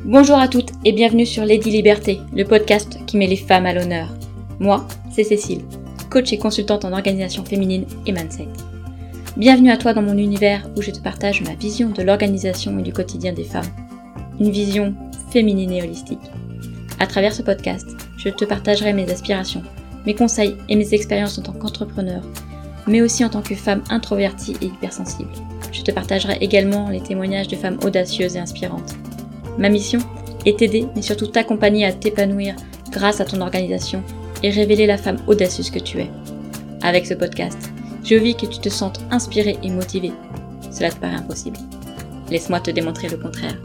Bonjour à toutes et bienvenue sur Lady Liberté, le podcast qui met les femmes à l'honneur. Moi, c'est Cécile, coach et consultante en organisation féminine et mindset. Bienvenue à toi dans mon univers où je te partage ma vision de l'organisation et du quotidien des femmes. Une vision féminine et holistique. À travers ce podcast, je te partagerai mes aspirations, mes conseils et mes expériences en tant qu'entrepreneur, mais aussi en tant que femme introvertie et hypersensible. Je te partagerai également les témoignages de femmes audacieuses et inspirantes. Ma mission est t'aider, mais surtout t'accompagner à t'épanouir grâce à ton organisation et révéler la femme audacieuse que tu es. Avec ce podcast, j'ai envie que tu te sentes inspirée et motivée. Cela te paraît impossible. Laisse-moi te démontrer le contraire.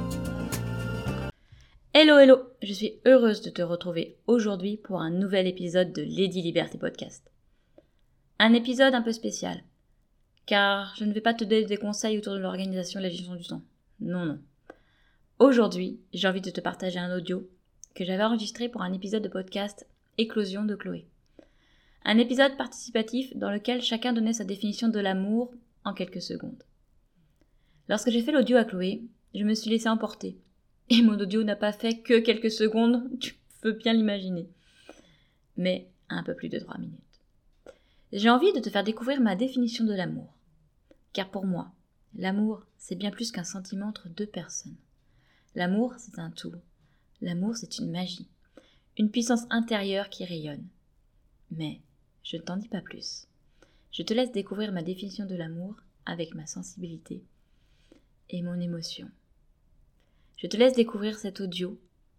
Hello, je suis heureuse de te retrouver aujourd'hui pour un nouvel épisode de Lady Liberté Podcast. Un épisode un peu spécial, car je ne vais pas te donner des conseils autour de l'organisation et de la gestion du temps. Non. Aujourd'hui, j'ai envie de te partager un audio que j'avais enregistré pour un épisode de podcast Éclosion de Chloé. Un épisode participatif dans lequel chacun donnait sa définition de l'amour en quelques secondes. Lorsque j'ai fait l'audio à Chloé, je me suis laissée emporter. Et mon audio n'a pas fait que quelques secondes, tu peux bien l'imaginer. Mais un peu plus de 3 minutes. J'ai envie de te faire découvrir ma définition de l'amour. Car pour moi, l'amour, c'est bien plus qu'un sentiment entre deux personnes. L'amour, c'est un tout. L'amour, c'est une magie. Une puissance intérieure qui rayonne. Mais je ne t'en dis pas plus. Je te laisse découvrir ma définition de l'amour avec ma sensibilité et mon émotion. Je te laisse découvrir cet audio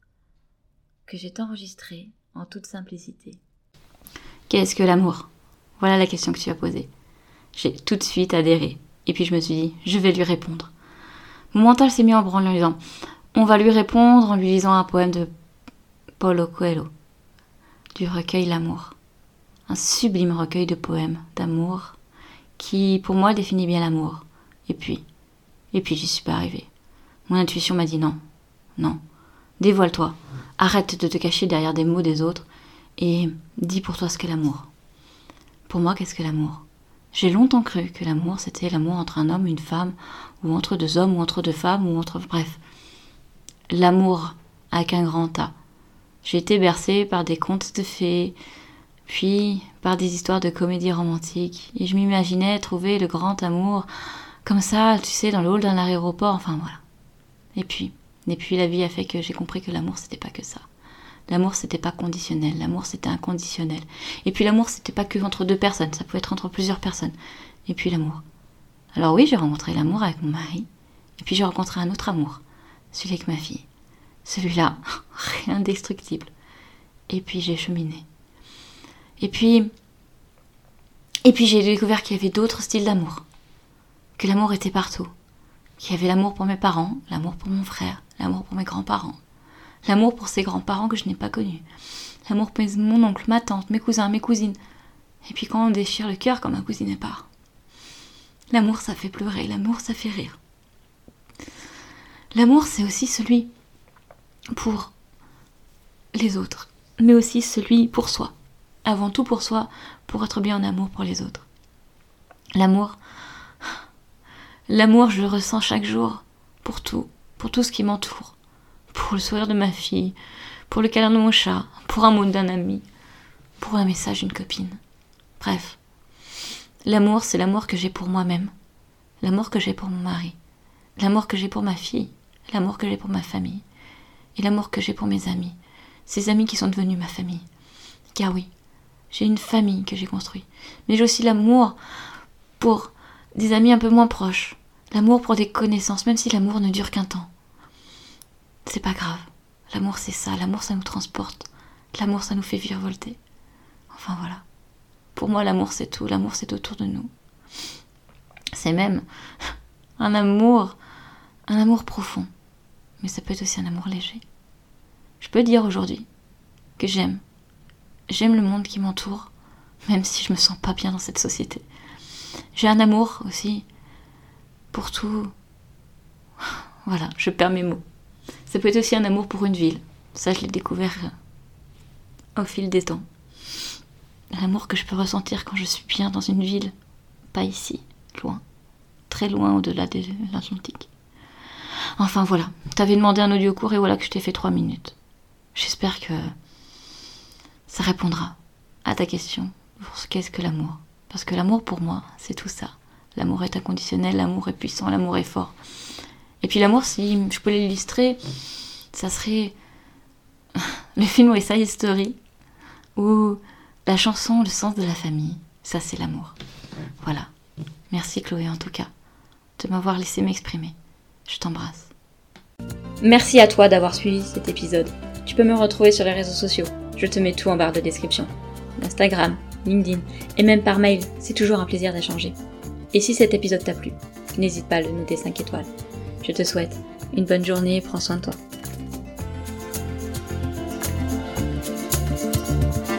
que j'ai enregistré en toute simplicité. Qu'est-ce que l'amour ? Voilà la question que tu as posée. J'ai tout de suite adhéré. Et puis je me suis dit, je vais lui répondre. Mon mental s'est mis en branle en lui disant, on va lui répondre en lui lisant un poème de Paulo Coelho, du recueil L'amour. Un sublime recueil de poèmes d'amour qui, pour moi, définit bien l'amour. Et puis, j'y suis pas arrivée. Mon intuition m'a dit non, dévoile-toi, arrête de te cacher derrière des mots des autres et dis pour toi ce qu'est l'amour. Pour moi, qu'est-ce que l'amour ? J'ai longtemps cru que l'amour, c'était l'amour entre un homme et une femme, ou entre deux hommes, ou entre deux femmes, ou entre... Bref, l'amour avec un grand A. J'ai été bercée par des contes de fées, puis par des histoires de comédies romantiques, et je m'imaginais trouver le grand amour comme ça, tu sais, dans le hall d'un aéroport, enfin voilà. Et puis la vie a fait que j'ai compris que l'amour, c'était pas que ça. L'amour, c'était pas conditionnel, l'amour, c'était inconditionnel. Et puis l'amour, c'était pas que entre deux personnes, ça pouvait être entre plusieurs personnes. Et puis l'amour. Alors oui, j'ai rencontré l'amour avec mon mari, et puis j'ai rencontré un autre amour, celui avec ma fille. Celui-là, rien d'indestructible. Et puis j'ai cheminé. Et puis j'ai découvert qu'il y avait d'autres styles d'amour. Que l'amour était partout. Qu'il y avait l'amour pour mes parents, l'amour pour mon frère, l'amour pour mes grands-parents. L'amour pour ces grands-parents que je n'ai pas connus. L'amour pour mon oncle, ma tante, mes cousins, mes cousines. Et puis quand on déchire le cœur quand ma cousine est part. L'amour, ça fait pleurer. L'amour, ça fait rire. L'amour, c'est aussi celui pour les autres. Mais aussi celui pour soi. Avant tout pour soi, pour être bien en amour pour les autres. L'amour, je le ressens chaque jour. Pour tout ce qui m'entoure. Pour le sourire de ma fille, pour le câlin de mon chat, pour un mot d'un ami, pour un message d'une copine. Bref, l'amour, c'est l'amour que j'ai pour moi-même, l'amour que j'ai pour mon mari, l'amour que j'ai pour ma fille, l'amour que j'ai pour ma famille, et l'amour que j'ai pour mes amis, ces amis qui sont devenus ma famille. Car oui, j'ai une famille que j'ai construite, mais j'ai aussi l'amour pour des amis un peu moins proches, l'amour pour des connaissances, même si l'amour ne dure qu'un temps. C'est pas grave. L'amour, c'est ça. L'amour, ça nous transporte. L'amour, ça nous fait virevolter. Enfin, voilà. Pour moi, l'amour, c'est tout. L'amour, c'est autour de nous. C'est même un amour profond. Mais ça peut être aussi un amour léger. Je peux dire aujourd'hui que j'aime le monde qui m'entoure, même si je me sens pas bien dans cette société. J'ai un amour aussi pour tout. Voilà, je perds mes mots. Ça peut être aussi un amour pour une ville. Ça, je l'ai découvert au fil des temps. L'amour que je peux ressentir quand je suis bien dans une ville. Pas ici, loin. Très loin au-delà de l'Atlantique. Enfin voilà, t'avais demandé un audio court et voilà que je t'ai fait 3 minutes. J'espère que ça répondra à ta question pour ce qu'est-ce que l'amour. Parce que l'amour pour moi, c'est tout ça. L'amour est inconditionnel, l'amour est puissant, l'amour est fort. Et puis l'amour, si je peux l'illustrer, ça serait le film West Side Story ou la chanson Le sens de la famille. Ça, c'est l'amour. Voilà. Merci Chloé en tout cas de m'avoir laissé m'exprimer. Je t'embrasse. Merci à toi d'avoir suivi cet épisode. Tu peux me retrouver sur les réseaux sociaux. Je te mets tout en barre de description. Instagram, LinkedIn et même par mail. C'est toujours un plaisir d'échanger. Et si cet épisode t'a plu, n'hésite pas à le noter 5 étoiles. Je te souhaite une bonne journée et prends soin de toi.